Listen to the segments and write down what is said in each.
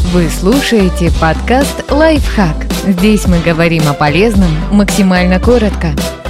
Вы слушаете подкаст «Лайфхак». Здесь мы говорим о полезном максимально коротко.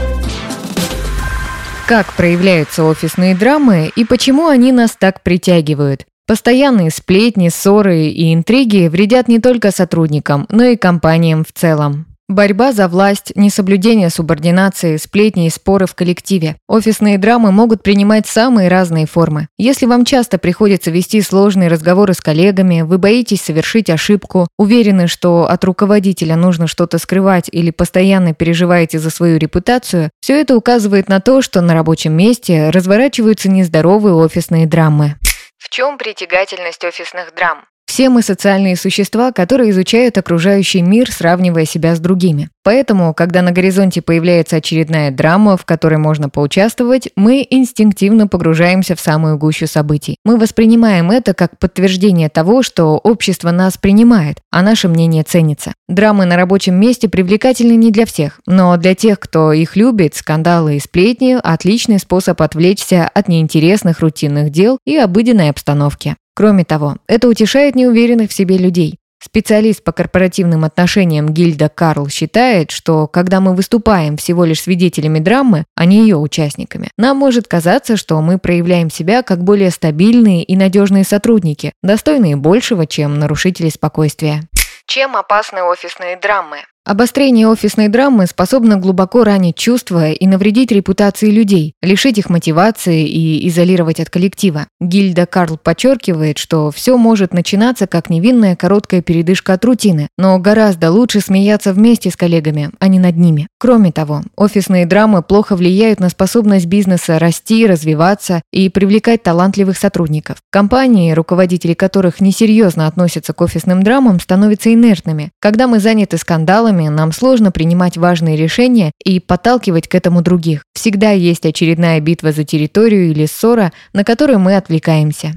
Как проявляются офисные драмы и почему они нас так притягивают? Постоянные сплетни, ссоры и интриги вредят не только сотрудникам, но и компаниям в целом. Борьба за власть, несоблюдение субординации, сплетни и споры в коллективе. Офисные драмы могут принимать самые разные формы. Если вам часто приходится вести сложные разговоры с коллегами, вы боитесь совершить ошибку, уверены, что от руководителя нужно что-то скрывать или постоянно переживаете за свою репутацию, все это указывает на то, что на рабочем месте разворачиваются нездоровые офисные драмы. В чем притягательность офисных драм? Все мы социальные существа, которые изучают окружающий мир, сравнивая себя с другими. Поэтому, когда на горизонте появляется очередная драма, в которой можно поучаствовать, мы инстинктивно погружаемся в самую гущу событий. Мы воспринимаем это как подтверждение того, что общество нас принимает, а наше мнение ценится. Драмы на рабочем месте привлекательны не для всех, но для тех, кто их любит, скандалы и сплетни – отличный способ отвлечься от неинтересных рутинных дел и обыденной обстановки. Кроме того, это утешает неуверенных в себе людей. Специалист по корпоративным отношениям Гильда Карл считает, что когда мы выступаем всего лишь свидетелями драмы, а не ее участниками, нам может казаться, что мы проявляем себя как более стабильные и надежные сотрудники, достойные большего, чем нарушители спокойствия. Чем опасны офисные драмы? Обострение офисной драмы способно глубоко ранить чувства и навредить репутации людей, лишить их мотивации и изолировать от коллектива. Гильда Карл подчеркивает, что все может начинаться как невинная короткая передышка от рутины, но гораздо лучше смеяться вместе с коллегами, а не над ними. Кроме того, офисные драмы плохо влияют на способность бизнеса расти, развиваться и привлекать талантливых сотрудников. Компании, руководители которых несерьезно относятся к офисным драмам, становятся инертными. Когда мы заняты скандалами, нам сложно принимать важные решения и подталкивать к этому других. Всегда есть очередная битва за территорию или ссора, на которую мы отвлекаемся.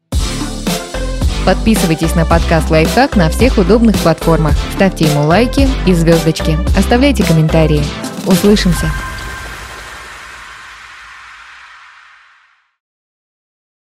Подписывайтесь на подкаст «Лайфхак» на всех удобных платформах. Ставьте ему лайки и звездочки. Оставляйте комментарии. Услышимся!